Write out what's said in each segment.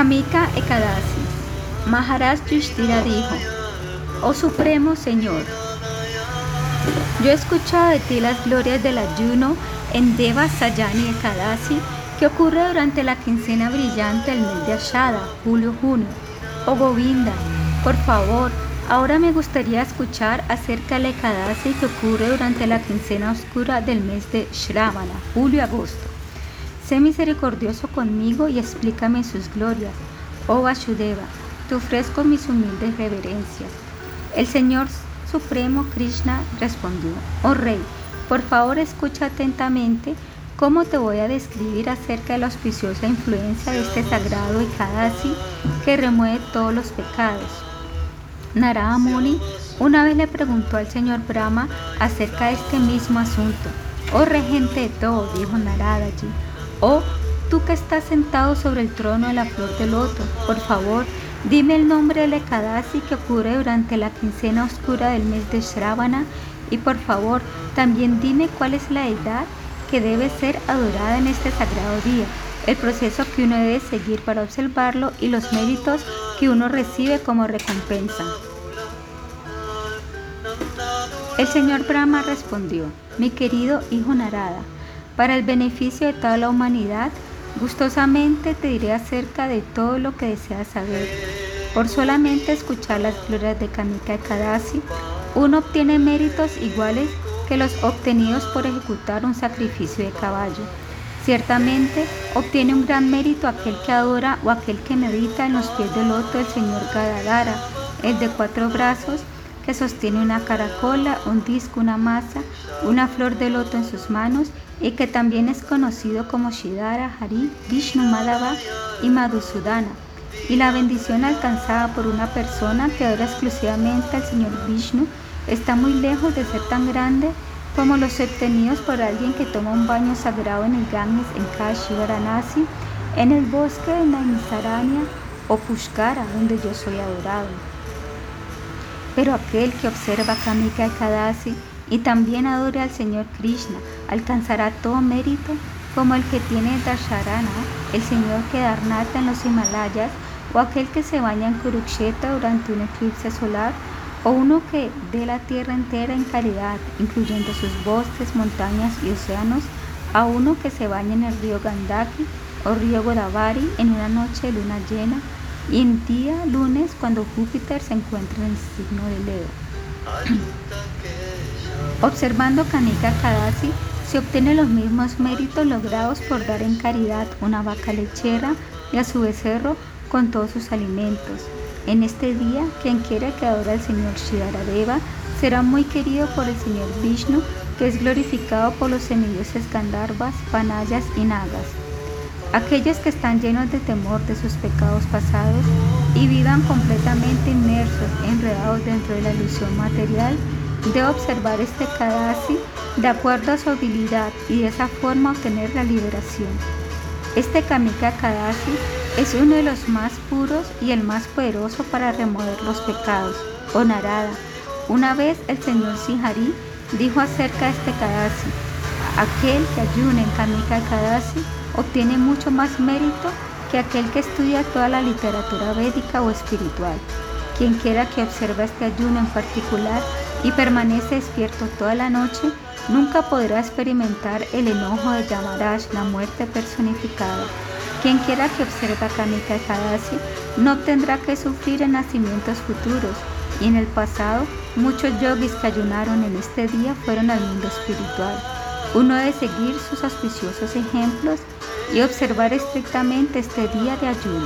Kamika Ekadasi. Maharaj Yudhishthira dijo: Oh Supremo Señor, yo he escuchado de ti las glorias del ayuno en Deva Sayani Ekadasi, que ocurre durante la quincena brillante del mes de Ashada, julio-junio. Oh Govinda, por favor, ahora me gustaría escuchar acerca de la Ekadasi que ocurre durante la quincena oscura del mes de Shravana, julio-agosto. Sé misericordioso conmigo y explícame sus glorias. Oh Vasudeva, te ofrezco mis humildes reverencias. El Señor Supremo Krishna respondió: Oh Rey, por favor escucha atentamente cómo te voy a describir acerca de la auspiciosa influencia de este sagrado Ekadasi que remueve todos los pecados. Narada Muni una vez le preguntó al señor Brahma acerca de este mismo asunto. Oh regente de todo, dijo Naradaji, oh tú que estás sentado sobre el trono de la flor de loto, por favor, dime el nombre del Ekadasi que ocurre durante la quincena oscura del mes de Shravana y por favor también dime cuál es la deidad que debe ser adorada en este sagrado día, el proceso que uno debe seguir para observarlo y los méritos que uno recibe como recompensa. El señor Brahma respondió: Mi querido hijo Narada, para el beneficio de toda la humanidad, gustosamente te diré acerca de todo lo que deseas saber. Por solamente escuchar las glorias de Kamika Ekadasi, uno obtiene méritos iguales que los obtenidos por ejecutar un sacrificio de caballo. Ciertamente, obtiene un gran mérito aquel que adora o aquel que medita en los pies del loto del señor Gadadhara, el de 4 brazos, que sostiene una caracola, un disco, una masa, una flor de loto en sus manos y que también es conocido como Shridhara, Hari, Vishnu, Madhava y Madhusudana, y la bendición alcanzada por una persona que adora exclusivamente al señor Vishnu está muy lejos de ser tan grande como los obtenidos por alguien que toma un baño sagrado en el Ganges, en Kashi, Varanasi, en el bosque de Naimisaranya o Pushkara, donde yo soy adorado. Pero aquel que observa Kamika Ekadasi y también adora al Señor Krishna alcanzará todo mérito como el que tiene Dasharana, el Señor Kedarnatha en los Himalayas, o aquel que se baña en Kurukshetra durante un eclipse solar, o uno que dé la tierra entera en caridad, incluyendo sus bosques, montañas y océanos, a uno que se baña en el río Gandaki o río Godavari en una noche de luna llena, y en día lunes cuando Júpiter se encuentra en el signo de Leo. Observando Kamika Ekadasi se obtienen los mismos méritos logrados por dar en caridad una vaca lechera y a su becerro con todos sus alimentos. En este día, quien quiera que adore al señor Shridaradeva será muy querido por el señor Vishnu, que es glorificado por los semidioses Gandharvas, Panayas y Nagas. Aquellos que están llenos de temor de sus pecados pasados y vivan completamente inmersos, enredados dentro de la ilusión material, debe observar este Ekadasi de acuerdo a su habilidad y de esa forma obtener la liberación. Este Kamika Ekadasi es uno de los más puros y el más poderoso para remover los pecados. Oh Narada, una vez el señor Sihari dijo acerca de este Ekadasi: aquel que ayuna en Kamika Ekadasi obtiene mucho más mérito que aquel que estudia toda la literatura védica o espiritual. Quien quiera que observe este ayuno en particular y permanece despierto toda la noche, nunca podrá experimentar el enojo de Yamaraj, la muerte personificada. Quien quiera que observe a Kamika Ekadasi no tendrá que sufrir en nacimientos futuros, y en el pasado muchos yogis que ayunaron en este día fueron al mundo espiritual. Uno debe seguir sus auspiciosos ejemplos y observar estrictamente este día de ayuno.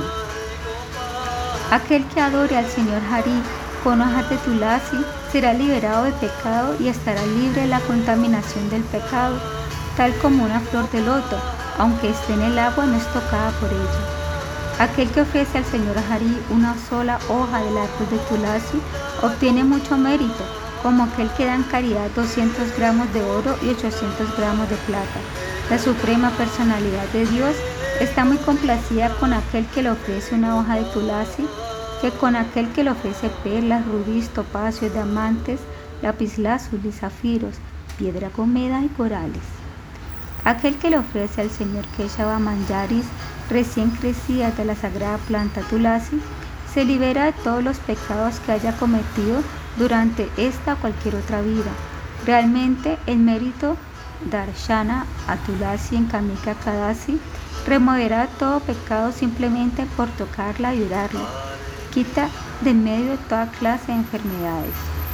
Aquel que adore al señor Hari con hojas de tulasi será liberado de pecado y estará libre de la contaminación del pecado, tal como una flor de loto, aunque esté en el agua no es tocada por ella. Aquel que ofrece al señor Hari una sola hoja del árbol de tulasi obtiene mucho mérito, como aquel que da en caridad 200 gramos de oro y 800 gramos de plata. La suprema personalidad de Dios está muy complacida con aquel que le ofrece una hoja de tulasi, que con aquel que le ofrece perlas, rubíes, topacios, diamantes, lapislázuli, zafiros, piedra gomeda y corales. Aquel que le ofrece al señor Keshava manjaris, recién crecida de la sagrada planta Tulasi, se libera de todos los pecados que haya cometido durante esta o cualquier otra vida. Realmente el mérito Darshana a Tulasi en Kamika Kadasi removerá todo pecado simplemente por tocarla y ayudarla. Quita de en medio toda clase de enfermedades.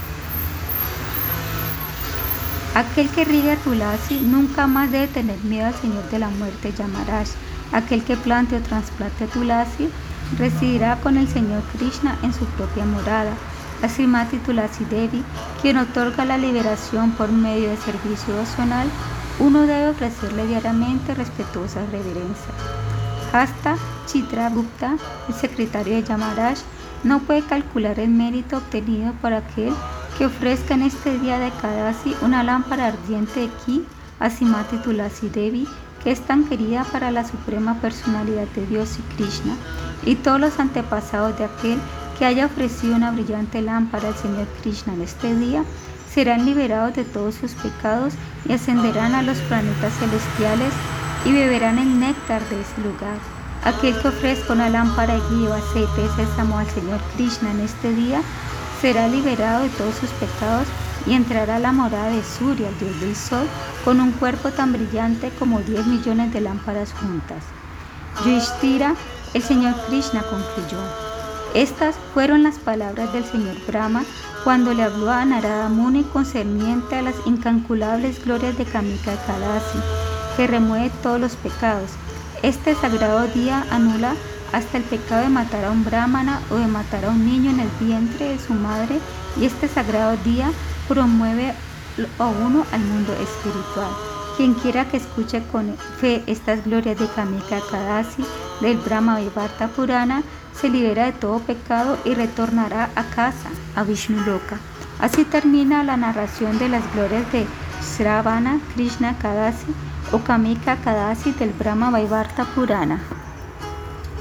Aquel que riega Tulasi nunca más debe tener miedo al Señor de la muerte, Yamaraj. Aquel que plante o trasplante Tulasi residirá con el Señor Krishna en su propia morada. La Srimati Tulasi Devi, quien otorga la liberación por medio de servicio devocional, uno debe ofrecerle diariamente respetuosas reverencias. Hasta Chitragupta, el secretario de Yamaraj, no puede calcular el mérito obtenido por aquel que ofrezca en este día de Kadasi una lámpara ardiente de Ki a Srimati Tulasi Devi, que es tan querida para la suprema personalidad de Dios y Krishna, y todos los antepasados de aquel que haya ofrecido una brillante lámpara al Señor Krishna en este día, serán liberados de todos sus pecados y ascenderán a los planetas celestiales y beberán el néctar de ese lugar. Aquel que ofrezca una lámpara de guía o aceite de sésamo al Señor Krishna en este día, será liberado de todos sus pecados y entrará a la morada de Surya, el dios del sol, con un cuerpo tan brillante como 10 millones de lámparas juntas. Yudhishthira, el Señor Krishna concluyó. Estas fueron las palabras del Señor Brahma cuando le habló a Narada Muni concerniente a las incalculables glorias de Kamika Kadasi, que remueve todos los pecados. Este sagrado día anula hasta el pecado de matar a un brahmana o de matar a un niño en el vientre de su madre, y este sagrado día promueve a uno al mundo espiritual. Quien quiera que escuche con fe estas glorias de Kamika Kadasi del Brahma Vaivarta Purana se libera de todo pecado y retornará a casa, a Vishnuloka. Así termina la narración de las glorias de Shravana Krishna Kadasi o Kamika Kadasi del Brahma Vaivarta Purana.